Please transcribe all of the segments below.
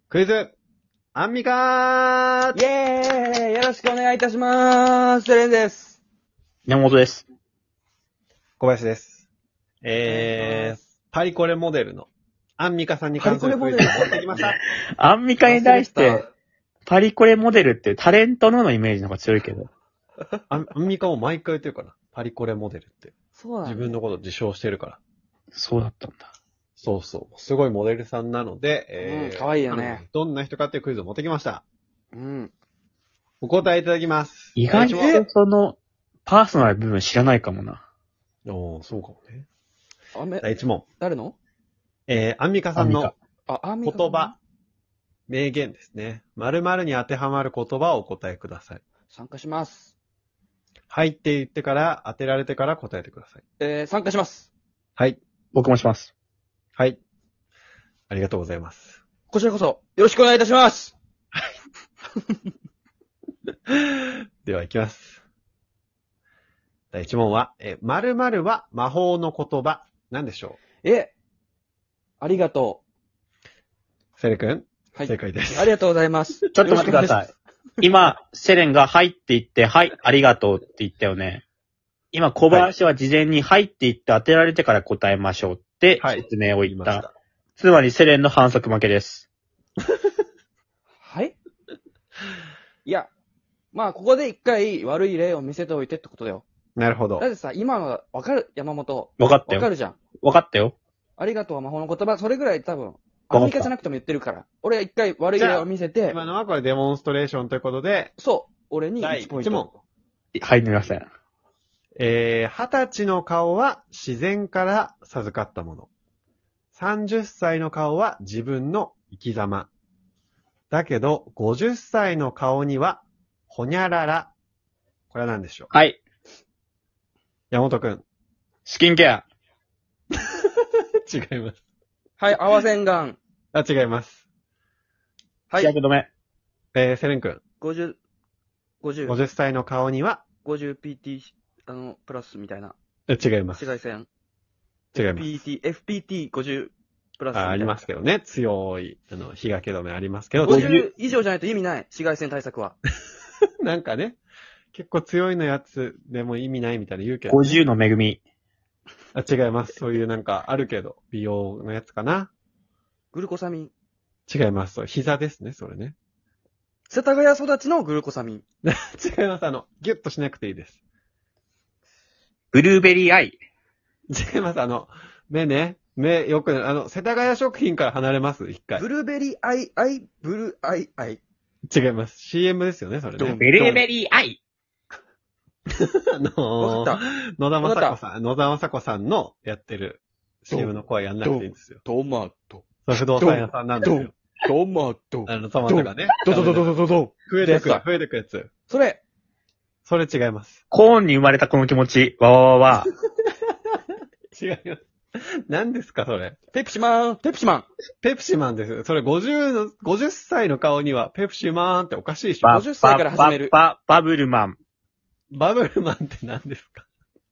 クイズ、アンミカー。 イェーイ、よろしくお願いいたしまーす。セレンです。 山本です。 小林です。 お願いしますパリコレモデルのアンミカさんに関するクイズを持ってきました。 アンミカに対し忘れて、パリコレモデルってタレントのイメージの方が強いけど。 アンミカも毎回言ってるから。パリコレモデルって。 そうなんだ。 自分のこと自称してるから。 そうだったんだ。 そうそう。すごいモデルさんなので、 可愛いよね。 どんな人かっていうクイズを持ってきました。 うん。 お答えいただきます。 意外とその、パーソナル部分知らないかもな。 おー、そうかもね。 あ第1問。 誰のアンミカさんのアンミカ言葉、名言ですね。〇〇に当てはまる言葉をお答えください。 参加します。 はいって言ってから、当てられてから答えてください。 参加します。 はい。 僕もします。 はい。ありがとうございます。 こちらこそ、よろしくお願いいたします。 では行きます。第1問は、〇〇は魔法の言葉。何でしょありがとう？セレ君、 はい正解です。 う。ありがとうございます。 ちょっと待ってください。今、セレンがはいって言って、はい、ありがとうって言ったよね。今、小林は事前にはいって言って当てられてから答えましょうってはい説明を言った。 言いました。 つまりセレンの反則負けです。 はいいや、まあ、ここで一回悪い例を見せておいてってことだよ。 なるほどだっ。てさ、今のわかる山本。 わかったよ。 わかるじゃん。 わかったよ。 ありがとうは魔法の言葉、それぐらい多分、 たアンミカじゃなくても言ってるから。俺は一回悪い例を見せて、 今のはこれデモンストレーションということで、 そう、俺に第 1ポイン 1問ト。。 はい、すみません。 20歳の顔は自然から授かったもの。30歳の顔は自分の生き様。だけど、50歳の顔には、ほにゃらら。これは何でしょう？ はい。 山本くん。 スキンケア。 違います。 はい、泡洗顔。 あ、違います。 はい日焼け止め。 セレン君。 50、50、 50歳の顔には、 50PT、プラスみたいな。 違います。 紫外線。 違います。 FPT50 プラスみたいな。 ありますけどね。強い、日焼け止めありますけど。 50以上じゃないと意味ない。紫外線対策は。 なんかね、結構強いのやつでも意味ないみたいな言うけど、ね。 50の恵み。 あ、違います。そういうなんかあるけど、美容のやつかな。 グルコサミン。 違います。膝ですね、それね。 世田谷育ちのグルコサミン。 違います。ギュッとしなくていいです。 ブルーベリーアイ。 違います。目ね。目、よく、世田谷食品から離れます、一回。 ブルーベリーブルーアイ。 違います。CM ですよね、それね。 ブルーベリーアイ。 わかった。 野田雅子さん、野田雅子さんのやってる CM の声やんなくていいんですよ。 トマト。 それ不動産屋さんなんですよ。 トマト。 トマトがね。 ド。 増えてくやつだやつ。 それ。 それ違います。 コーンに生まれたこの気持ち。わわわわ。 違います。何ですか、それ。 ペプシマン。 ペプシマンですよ。それ50歳の顔にはペプシマンっておかしいでしょ。 50歳から始めるバブルマン。 バブルマンって何ですか？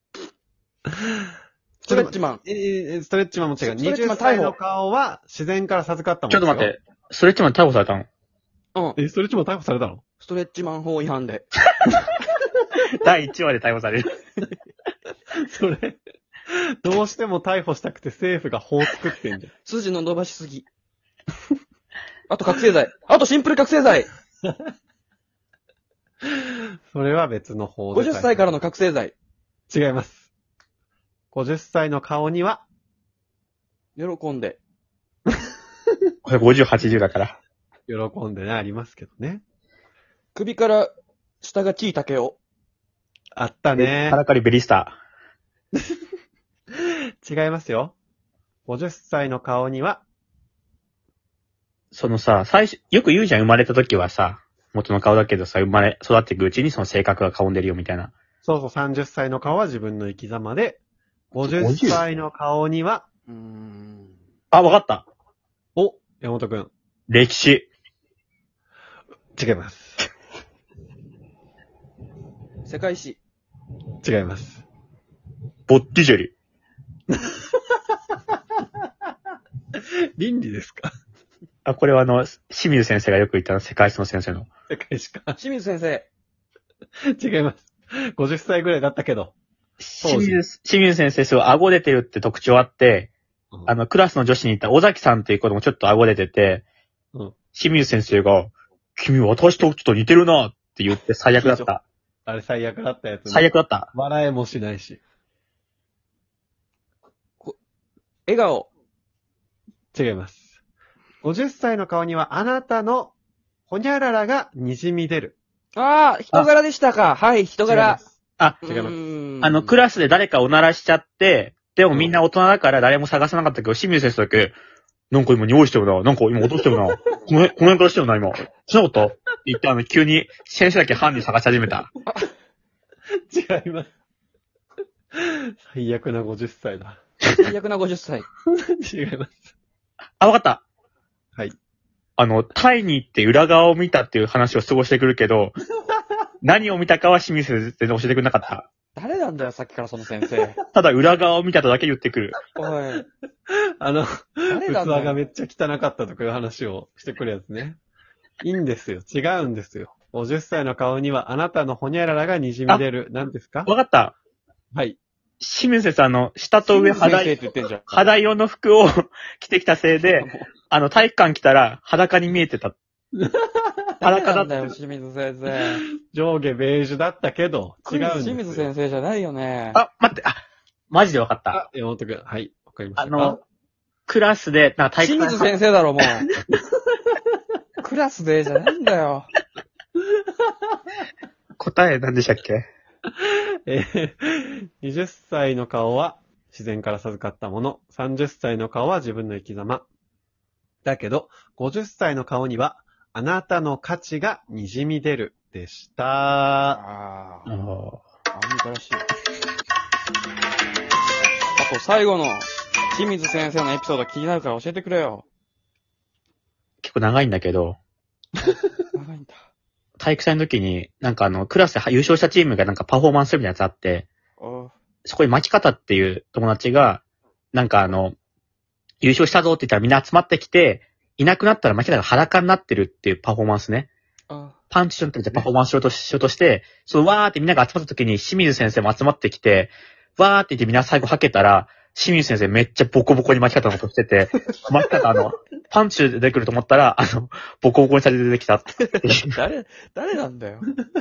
ストレッチマン。 ストレッチマンも違う。 ストレッチマン 20歳の顔は自然から授かったもんちょっと待って。ストレッチマン逮捕されたの？ うん。 ストレッチマン逮捕されたの？ ストレッチマン法違反で。 第1話で逮捕される。 それ、どうしても逮捕したくて政府が法作ってんじゃん。 筋の伸ばしすぎ。あと覚醒剤。あとシンプル覚醒剤。 それは別の法で。 50歳からの覚醒剤。 違います。50歳の顔には、 喜んで。 これ50、80だから。 喜んでね、ありますけどね。 首から下がチータケオ。 あったねカ。ラカリベリスタ。 違いますよ。50歳の顔には、 そのさ、よく言うじゃん、生まれた時はさ、元の顔だけどさ、育っていくうちにその性格が顔に出るよみたいな。 そうそう、30歳の顔は自分の生き様で、50歳の顔には、 あ、わかった。 お、山本くん。 歴史。 違います。 世界史。 違います。 ボッティジェリ。 倫理ですか？ これは清水先生がよく言った世界史の先生の。 世界史か。 清水先生。 違います。50歳ぐらいだったけど。当時清水先生、すごい顎出てるって特徴あって、 うんクラスの女子にいた尾崎さんっていう子供ちょっと顎出てて、 うん清水先生が、君私とちょっと似てるなって言って最悪だった。 あれ最悪だったやつね。 最悪だった。 笑えもしないし。 笑顔。 違います。50歳の顔にはあなたのほにゃららが滲み出る。 ああ、人柄でしたか。はい、人柄。 あ、 違いますますクラスで誰かおならしちゃって、でもみんな大人だから誰も探さなかったけど、清水先生だけ、なんか今匂いしてるな。なんか今落としてるな。この辺からしてるな、今。しなかったって言って急に先生だけ犯人探し始めた。 違います。最悪な50歳だ。 最悪な50歳。 違います。 あ、わかった。 はい。 タイに行って裏側を見たっていう話を過ごしてくるけど、何を見たかは清水先生全然教えてくれなかった。 誰なんだよ、さっきからその先生。 ただ裏側を見たとだけ言ってくる。 おい。 器誰なんだよ。 がめっちゃ汚かったとかいう話をしてくるやつね。いいんですよ。違うんですよ。50歳の顔にはあなたのほにゃららが滲み出る。何ですか？ わかった。 はい。 清水先生下と上先生肌って言ってんじゃん。 肌色の服を着てきたせいで、体育館来たら裸に見えてた。裸だった誰なんだよ、清水先生。 上下ベージュだったけど、違うんですよ。 清水先生じゃないよね。 あ、待って、マジでわかった。 あ、山本くん。はい。わかりましたか？ クラスで、体清育館水先生だろ、もう。クラスでじゃないんだよ。 答え何でしたっけ？ 20歳の顔は自然から授かったもの。30歳の顔は自分の生き様。だけど、50歳の顔にはあなたの価値が滲み出るでした。 ああ。アンミカらしい。あと、最後の、清水先生のエピソード気になるから教えてくれよ。 結構長いんだけど、 長いんだ。 体育祭の時に、クラスで優勝したチームがパフォーマンスするみたいなやつあって、 おうそこに巻き方っていう友達が、優勝したぞって言ったらみんな集まってきて、いなくなったら巻き方が裸になってるっていうパフォーマンスね。 あパンチションってパフォーマンスしようとして、わーってみんなが集まった時に清水先生も集まってきて、わーって言ってみんな最後吐けたら、清水先生めっちゃボコボコに巻き方のことしてて、巻き方パンチで出てくると思ったら、ボコボコにされて出てきたっていう。 誰なんだよ。